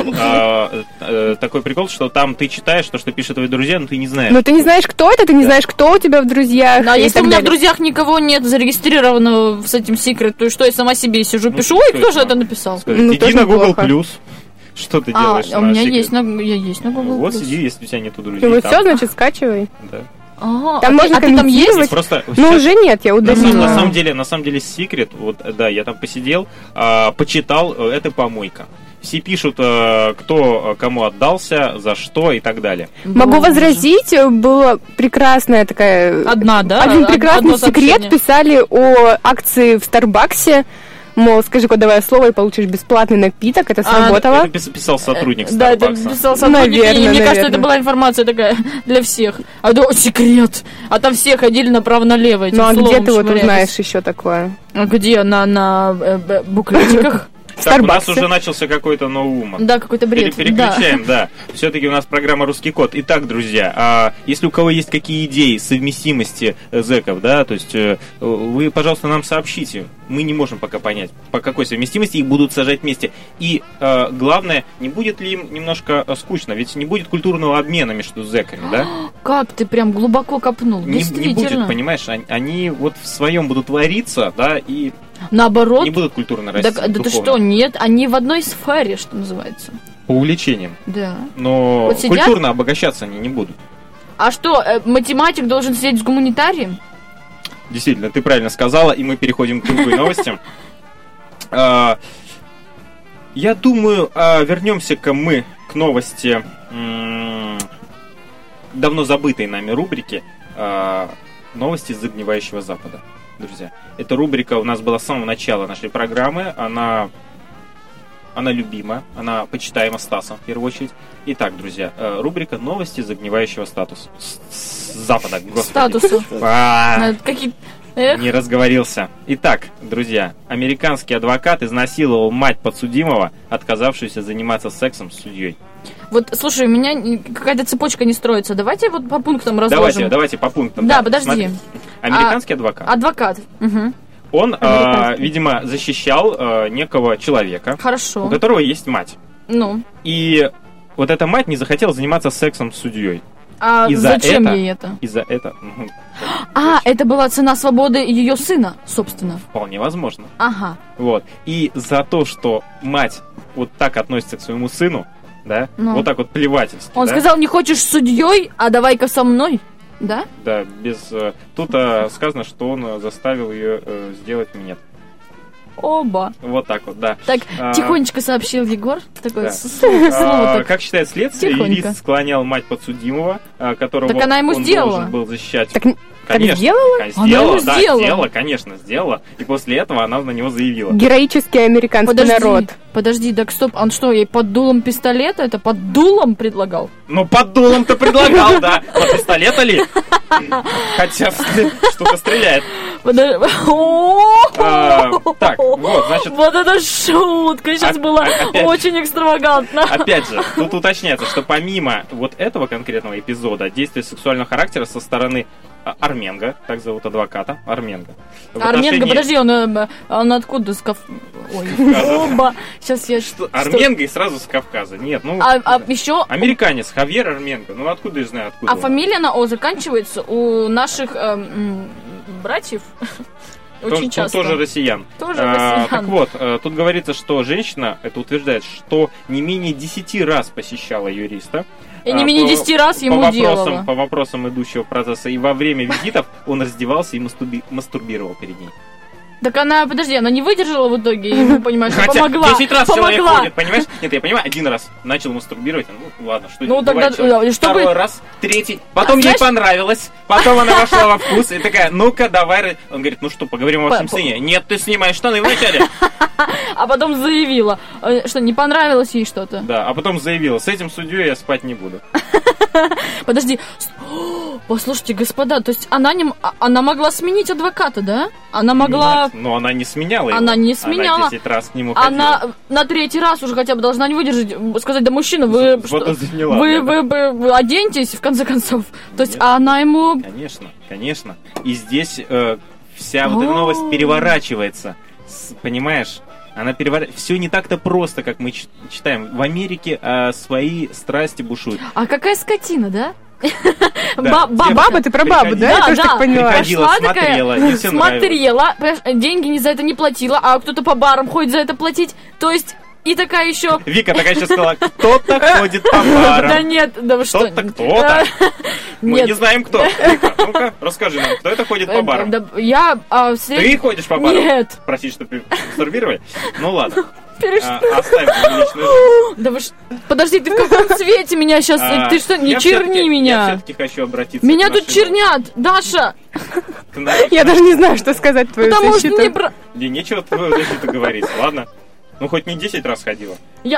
Да, такой прикол, что там ты читаешь то, что пишут твои друзья, но ты не знаешь. Но ты не знаешь, кто это, ты не знаешь, кто у тебя в друзьях. А если у меня в друзьях никого нет зарегистрированного с этим Secret, то что я сама себе сижу, пишу, ой, кто же это написал? Иди на Google+. Что ты делаешь? У меня есть на Google+. Вот сиди, если у тебя нету друзей. Ну все, значит, скачивай. Да. Там можно комментировать, но уже нет, я удалила. На самом деле, Secret, вот, да, я там посидел, почитал, это помойка. Все пишут, кто кому отдался, за что и так далее. Могу возразить, была прекрасная такая... Один прекрасный секрет писали о акции в Старбаксе. Мол, скажи кодовое слово и получишь бесплатный напиток. Это сработало. Это писал сотрудник Starbucks. Да, это писал сотрудник. И мне кажется, это была информация такая для всех. А то секрет. А там все ходили направо-налево. Ну а где ты вот узнаешь еще такое? Где? На буклетиках. Так, у нас уже начался какой-то ноуман. Да, какой-то бред. Переключаем, да. Все-таки у нас программа «Русский код». Итак, друзья, если у кого есть какие идеи совместимости зэков, да, то есть вы, пожалуйста, нам сообщите. Мы не можем пока понять, по какой совместимости их будут сажать вместе. И главное, не будет ли им немножко скучно? Ведь не будет культурного обмена между зэками, да? Как ты прям глубоко копнул. Не будет, понимаешь? Они вот в своем будут вариться, да, и... Наоборот. Не будут культурно расти. Да ты что, нет, они в одной сфере, что называется. По увлечениям. Да. Но вот культурно обогащаться они не будут. А что, математик должен сидеть с гуманитарием? Действительно, ты правильно сказала, и мы переходим к другой новости. Я думаю, вернемся-ка мы к новости давно забытой нами рубрики «Новости с загнивающего Запада». друзья. Эта рубрика у нас была с самого начала нашей программы. Она любима, она почитаема Стасом, в первую очередь. Итак, друзья, рубрика «Новости загнивающего статуса». С Запада, господи. Статуса. Не разговорился. Итак, друзья, американский адвокат изнасиловал мать подсудимого, отказавшуюся заниматься сексом с судьей. Вот, слушай, у меня какая-то цепочка не строится. Давайте вот по пунктам разложим. Давайте по пунктам. Да, подожди. Смотри. Американский адвокат. Адвокат. Угу. Он, видимо, защищал некого человека, хорошо, у которого есть мать. Ну. И вот эта мать не захотела заниматься сексом с судьей. А зачем ей это? Из-за этого. Это была цена свободы ее сына, собственно. Вполне возможно. Ага. Вот. И за то, что мать вот так относится к своему сыну, да, вот так вот плевательски. Он сказал, не хочешь с судьей, а давай-ка со мной, да? Да, без... Тут сказано, что он заставил ее сделать минет. Оба. Вот так вот, да. Так, тихонечко сообщил Егор. Такое слово. Как считает следствие, юрист склонял мать подсудимого, которого так она ему он сделала. должен был защищать. Конечно, сделала, конечно, сделала. И после этого она на него заявила. Героический американский народ. Подожди, так стоп, он что, ей под дулом пистолета? Это под дулом предлагал? Ну, под дулом-то предлагал, да. Под пистолета ли? Хотя штука стреляет. Так, вот, значит... Вот это шутка сейчас была очень экстравагантна. Опять же, тут уточняется, что помимо вот этого конкретного эпизода, действия сексуального характера со стороны Арменга, так зовут адвоката, Арменга. Арменга, подожди, он откуда? Ой, оба. Сейчас я... Арменга и сразу с Кавказа. Нет, ну... еще... Американец, Хавьер Арменга. Ну, откуда я знаю, откуда. А фамилия на О заканчивается у наших братьев? Очень часто. Тоже россиян. Так вот, тут говорится, что женщина, это утверждает, что не менее 10 раз посещала юриста. И не менее 10 раз ему делала. По вопросам идущего процесса. И во время визитов он раздевался и мастурбировал перед ней. Так она, подожди, она не выдержала в итоге, и, понимаешь, хотя помогла. 10 раз человек ходит, понимаешь? Нет, я понимаю, один раз начал мастурбировать, ну ладно, что ну, тогда, второй раз, третий, потом ей понравилось, потом она вошла во вкус и такая, ну-ка, давай. Он говорит, ну что, поговорим о вашем сыне. Нет, ты снимаешь штаны вначале. А потом заявила, что не понравилось ей что-то. Да, а потом заявила, с этим судьей я спать не буду. Подожди, послушайте, господа, то есть она могла сменить адвоката, да? Она могла... Нет, но она не сменяла его. Она не сменяла. Она 10 раз к нему ходила. Она на третий раз уже хотя бы должна не выдержать, сказать, да мужчина, вы оденьтесь, в конце концов. То есть она ему... Конечно. И здесь вся вот эта новость переворачивается. Понимаешь? Она все не так-то просто, как мы читаем. В Америке свои страсти бушуют. А какая скотина, да? Баба, ты про бабу, да? Я тоже так поняла. Приходила, смотрела, деньги не за это не платила, а кто-то по барам ходит за это платить. То есть... И такая еще... Вика такая сейчас сказала, кто-то ходит по барам. Да нет, да вы что? Кто-то. Мы не знаем, кто. Вика, ну-ка, расскажи нам, кто это ходит по барам? Ты ходишь по барам? Нет. Прости, что мастурбировали? Ну ладно. Оставим личную жизнь. Да вы что? Подожди, ты в каком цвете меня сейчас... Ты что, не черни меня. Я все-таки хочу обратиться. Меня тут чернят, Даша. Я даже не знаю, что сказать в твою защиту. Потому что мне нечего в твою защиту говорить, ладно? Ну, хоть не 10 раз ходила.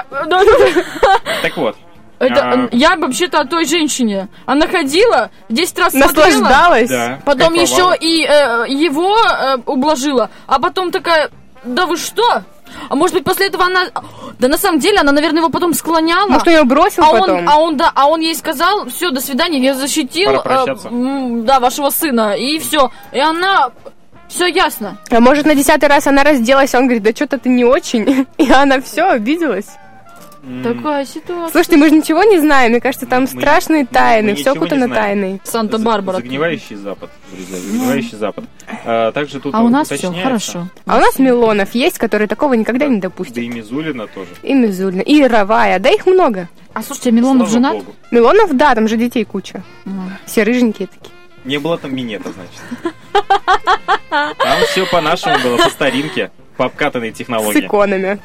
Так вот. Я вообще-то о той женщине. Она ходила, 10 раз смотрела. Наслаждалась. Да, потом еще и его ублажила. А потом такая, да вы что? А может быть, после этого она... Да на самом деле, она, наверное, его потом склоняла. Может, ее бросил потом. А он ей сказал, все, до свидания, я защитил вашего сына. И все. И она... Все ясно. А может, на 10-й раз она разделась, а он говорит, да что-то ты не очень. И она все, обиделась. Такая ситуация. Слушайте, мы же ничего не знаем. Мне кажется, там страшные тайны. Все окутано тайной. Санта-Барбара. Загнивающий Запад, друзья. Загнивающий Запад. Также тут у нас все хорошо. А у нас Милонов есть, который такого никогда не допустит. Да и Мизулина тоже. И Мизулина. И Равая. Да их много. А слушайте, Милонов женат? Милонов, да, там же детей куча. Все рыженькие такие. Не было там минета, значит. Там все по-нашему было, по старинке, по обкатанной технологии. С иконами.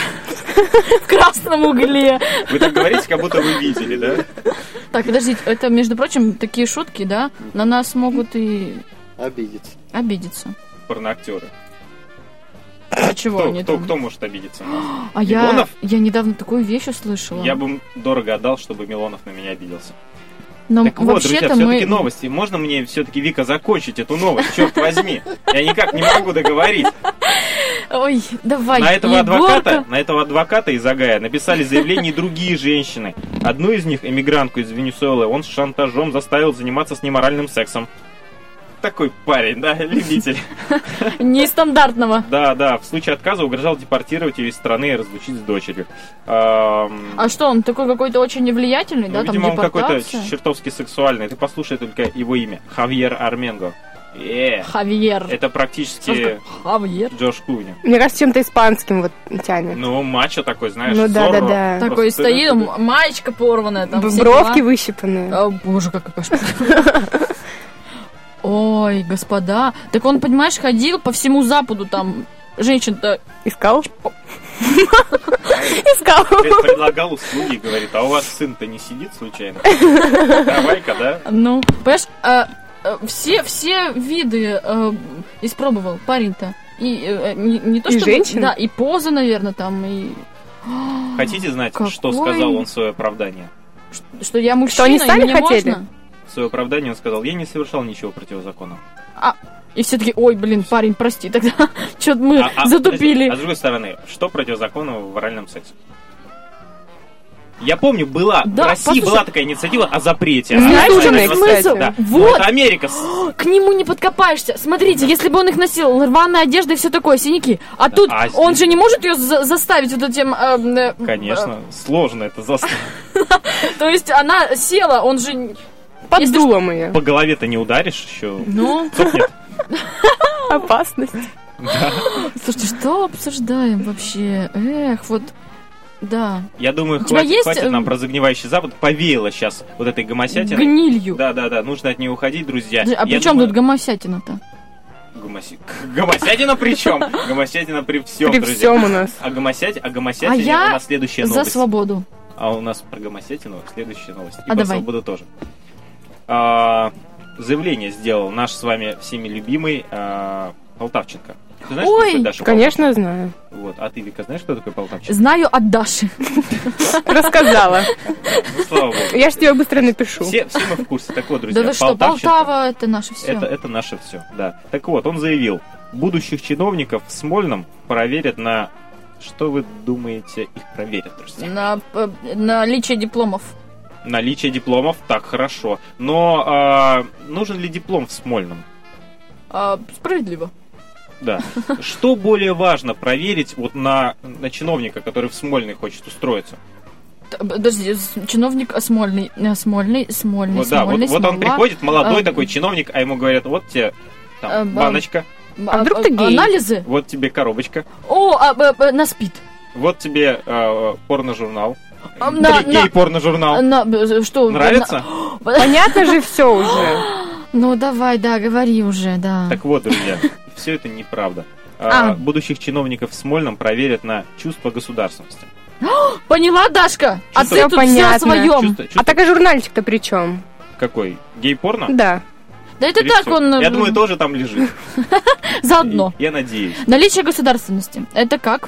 В красном угле. Вы так говорите, как будто вы видели, да? Так, подождите, это, между прочим, такие шутки, да? На нас могут и... Обидеться. порноактеры. А чего они там? Кто может обидеться на нас? А я недавно такую вещь услышала. Я бы дорого отдал, чтобы Милонов на меня обиделся. Но так вот, друзья, все-таки новости. Можно мне все-таки, Вика, закончить эту новость? Черт возьми. Я никак не могу договорить. Ой, давай, на этого адвоката из Огайо написали заявление и другие женщины. Одну из них, эмигрантку из Венесуэлы, он с шантажом заставил заниматься с ней моральным сексом. Такой парень, да, любитель. Нестандартного. Да, в случае отказа угрожал депортировать ее из страны и разлучить с дочерью. А что, он такой какой-то очень невлиятельный, да, видимо, там депортация? Он какой-то чертовски сексуальный. Ты послушай только его имя. Хавьер Арменго. Хавьер. Это практически Хавьер. Джош Клуни. Мне кажется, чем-то испанским вот тянет. Ну, мачо такой, знаешь, ну, да. Такой стоит, маечка порванная. Там бровки выщипанные. О, боже, какой кошмар. Ой, господа. Так он, понимаешь, ходил по всему Западу, там, женщин-то... Искал? Искал. Предлагал услуги, говорит, а у вас сын-то не сидит случайно? Давай-ка, да? Ну, понимаешь, все виды испробовал парень-то. И не то, и чтобы... женщин? Да, и поза, наверное, там, и... Хотите знать, что сказал он в свое оправдание? Что я мужчина, что они сами хотели? Можно? В свое оправдание он сказал, я не совершал ничего противозаконного. И все таки ой, блин, парень, прости, тогда что-то мы затупили. А с другой стороны, что противозаконного в оральном сексе? Я помню, в России была такая инициатива о запрете. Знаешь, смысл? Да. Вот. Америка. К нему не подкопаешься. Смотрите, если бы он их носил, рваная одежда и все такое, синяки. А тут он же не может ее заставить вот этим... Конечно, сложно это заставить. То есть она села, он же... Под дулом ее. По голове-то не ударишь еще. Ну. Опасность. Слушайте, что обсуждаем вообще? Эх, вот... Да. Я думаю, хватит нам про загнивающий Запад. Повеяло сейчас вот этой гомосятиной. Гнилью. Да. Нужно от нее уходить, друзья. А при чем тут гомосятина-то? Гомосятина при чем? Гомосятина при всем, друзья. При всем у нас. А гомосятине у нас следующая новость. За свободу. А у нас про гомосятину следующая новость. И про давай. Свободу тоже. Заявление сделал наш с вами всеми любимый Полтавченко. Ты знаешь, кто такой Даша? Конечно, знаю. Вот. А ты, Вика, знаешь, кто такой Полтавченко? Знаю от Даши. Рассказала. Ну, слава богу. Я ж тебе быстро напишу. Все мы в курсе. Так вот, друзья, да что, Полтава — это наше все. Это наше все, да. Так вот, он заявил, будущих чиновников в Смольном проверят на... Что вы думаете, их проверят, друзья? На наличие дипломов. Наличие дипломов, так, хорошо. Но нужен ли диплом в Смольном? Справедливо. Да. Что более важно проверить вот на чиновника, который в Смольный хочет устроиться? Подожди, чиновник Смольный. Вот он приходит, молодой такой чиновник, а ему говорят, вот тебе там, баночка. А вдруг ты гей? Анализы? Вот тебе коробочка. На СПИД. Вот тебе порножурнал. Гей-порножурнал. Что? Нравится? Понятно же все уже. Ну давай, да, говори уже, да. Так вот, друзья, все это неправда. Будущих чиновников в Смольном проверят на чувство государственности. Поняла, Дашка? А ты тут все о своем. А так и журнальчик-то при чем? Какой? Гей-порно? Да. Да это так он... Я думаю, тоже там лежит. Заодно. Я надеюсь. Наличие государственности. Это как?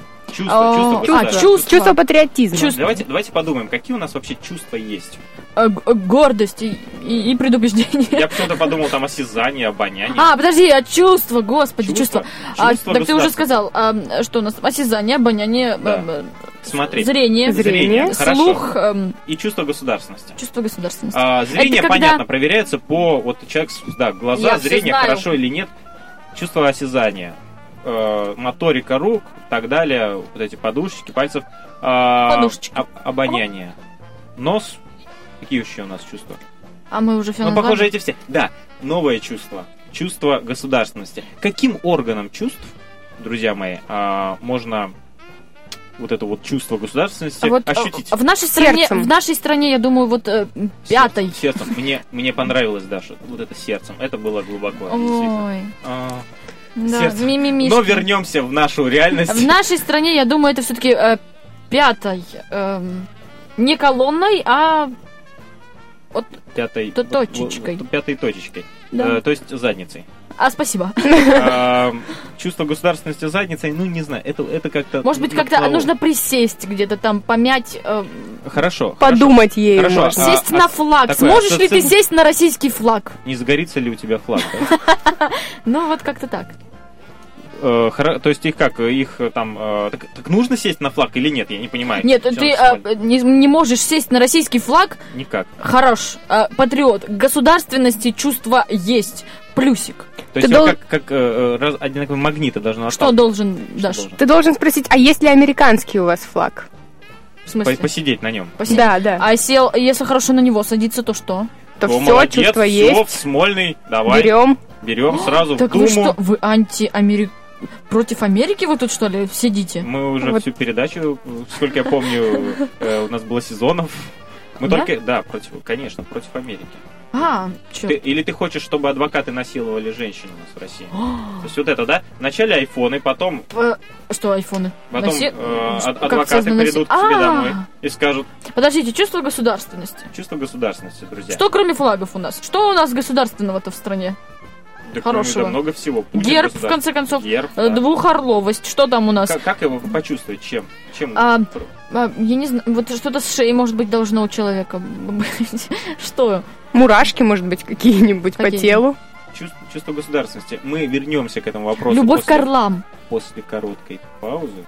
Чувство патриотизма. Давайте подумаем, какие у нас вообще чувства есть. Гордость и предубеждение. Я почему-то подумал там осязание, обоняние. Подожди, чувство, господи, чувство. Так ты уже сказал, что у нас осязание, обоняние, зрение, слух. И чувство государственности. Чувство государственности. Зрение, понятно, проверяется по вот человек, глаза, зрение, хорошо или нет. Чувство осязания. Моторика рук, так далее, вот эти подушечки, пальцев, обоняние, нос, какие еще у нас чувства? Мы уже все назвали. Похоже, эти все. Да, новое чувство государственности. Каким органом чувств, друзья мои, можно вот это вот чувство государственности ощутить? В нашей стране, я думаю, вот пятой. Сердцем. Мне понравилось, Даша, вот это сердцем. Это было глубоко. Ой. Да, но вернемся в нашу реальность. В нашей стране, я думаю, это все-таки пятой. Не колонной, а вот пятой точечкой. Пятой точечкой. Да. То есть задницей. Спасибо. Чувство государственности задницей, ну, не знаю, это как-то... Может быть, как-то нужно присесть где-то там, помять... Хорошо. Подумать ей. Хорошо. Сесть на флаг. Сможешь ли ты сесть на российский флаг? Не загорится ли у тебя флаг, да? Ну, вот как-то так. То есть их как? Их там... Так нужно сесть на флаг или нет? Я не понимаю. Нет, ты не можешь сесть на российский флаг. Никак. Хорош. Патриот. Государственности чувство есть. Плюсик. То есть как одинаковые магниты должны остаться. Что должен, Даш? Ты должен спросить, а есть ли американский у вас флаг? В смысле? Посидеть на нем. Да. А если хорошо на него садиться, то что? То все, молодец, чувство все, есть. Смольный, давай. Берем сразу в так Думу. Вы что, вы против Америки вы тут, что ли, сидите? Мы уже всю передачу, сколько я помню, у нас было сезонов. Мы только, против Америки. Чё? Или ты хочешь, чтобы адвокаты насиловали женщин у нас в России? То есть вот это, да? Вначале айфоны, потом... Что айфоны? Потом адвокаты придут к тебе домой и скажут... Подождите, чувство государственности. Чувство государственности, друзья. Что кроме флагов у нас? Что у нас государственного-то в стране? Да, хорошего. Да, много всего. Путин герб, в конце концов. Герб, да. Двухорловость. Что там у нас? Как его почувствовать? Чем? Я не знаю. Вот что-то с шеей, может быть, должно у человека быть. Что? Мурашки, может быть, какие-нибудь по телу. Чувство государственности. Мы вернемся к этому вопросу. Любовь к орлам. После короткой паузы.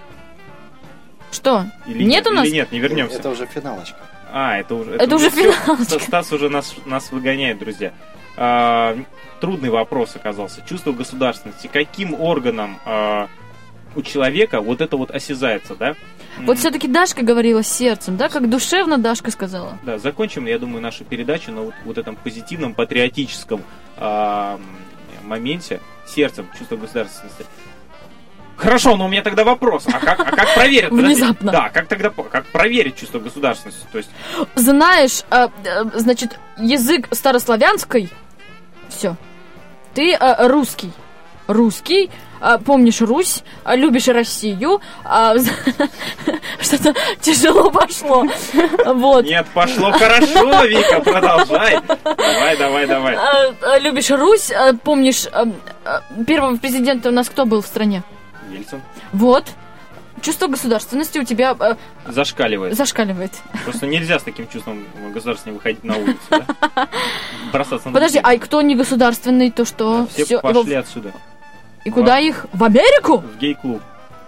Что? Нет у нас? Или нет, не вернемся. Это уже финалочка. Это уже финалочка. Стас уже нас выгоняет, друзья. Трудный вопрос оказался. Чувство государственности. Каким органом у человека вот это вот осязается, да? Вот все-таки Дашка говорила сердцем, да? Как душевно Дашка сказала. Да, закончим, я думаю, нашу передачу на вот этом позитивном, патриотическом моменте. Сердцем, чувство государственности. Хорошо, но у меня тогда вопрос. А как проверить? Внезапно. Да, как проверить чувство государственности? То есть... Знаешь, значит, язык старославянский. Все. Ты русский. Помнишь Русь, любишь Россию, что-то тяжело пошло. Вот. Нет, пошло хорошо, Вика, продолжай. Давай. Любишь Русь, помнишь, первого президента у нас кто был в стране? Ельцин. Вот. Чувство государственности у тебя... Зашкаливает. Просто нельзя с таким чувством государственности выходить на улицу, да? Бросаться на Подожди, а кто не государственный, то что? Да, все пошли отсюда. И куда их? В Америку? В гей-клуб.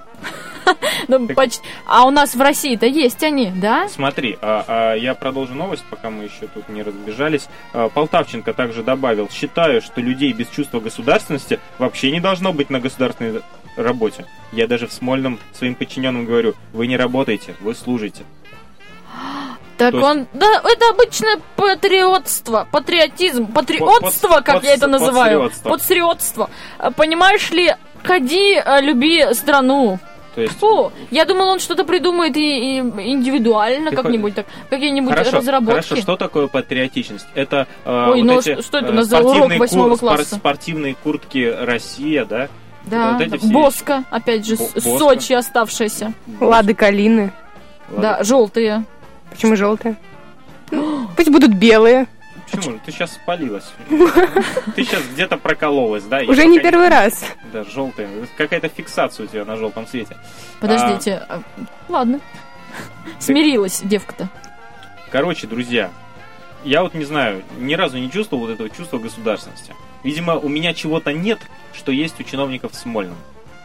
А у нас в России-то есть они, да? Смотри, я продолжу новость, пока мы еще тут не разбежались. Полтавченко также добавил: считаю, что людей без чувства государственности вообще не должно быть на государственной работе. Я даже в Смольном своим подчиненным говорю: вы не работаете, вы служите. Так да, это обычное патриотизм, как я это называю. Патриотство. Понимаешь ли, ходи, люби страну. То есть... я думал, он что-то придумает и индивидуально как-нибудь, так, какие-нибудь разработки. Хорошо, что такое патриотичность? Это что это у нас за урок 8 класса? Спортивные куртки «Россия», да? Да, вот эти Боска, опять же, Сочи оставшиеся. Лады Калины. Да, желтые. Почему желтые? Пусть будут белые. Почему? Ты сейчас спалилась. Ты сейчас где-то прокололась, да? Уже не первый раз. Да, желтые. Какая-то фиксация у тебя на желтом цвете. Подождите. Ладно. Смирилась девка-то. Короче, друзья, я вот не знаю, ни разу не чувствовал вот этого чувства государственности. Видимо, у меня чего-то нет, что есть у чиновников в Смольном.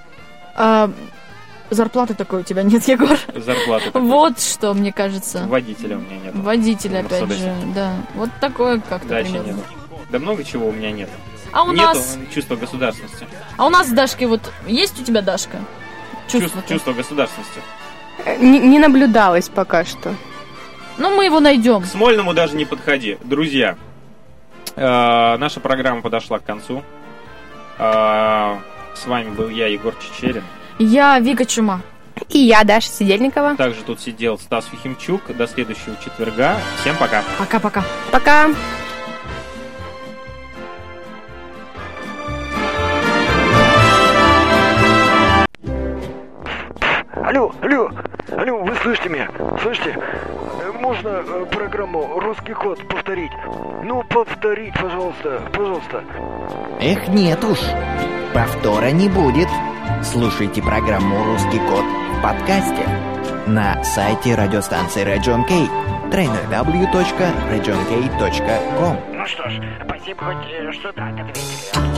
Зарплаты такой у тебя нет, Егор. Зарплаты такой. Вот что, мне кажется. Водителя у меня нет. Водителя, опять же, да. Вот такое как-то примерно. Нет. Да много чего у меня нет. А у нас... Нету чувства государственности. А у нас с Дашкой вот... Есть у тебя, Дашка? Чувство государственности. Не наблюдалось пока что. Ну, мы его найдем. К Смольному даже не подходи. Друзья, наша программа подошла к концу. С вами был я, Егор Чечерин. Я Вика Чума. И я, Даша Сидельникова. Также тут сидел Стас Фихимчук. До следующего четверга. Всем пока. Пока-пока. Пока. Алло, вы слышите меня? Слышите? Можно программу «Русский код» повторить? Ну, повторить, пожалуйста. Эх, нет уж, повтора не будет. Слушайте программу «Русский кот» в подкасте на сайте радиостанции Region K www.regionk.com. Ну что ж, спасибо хоть что так ответили.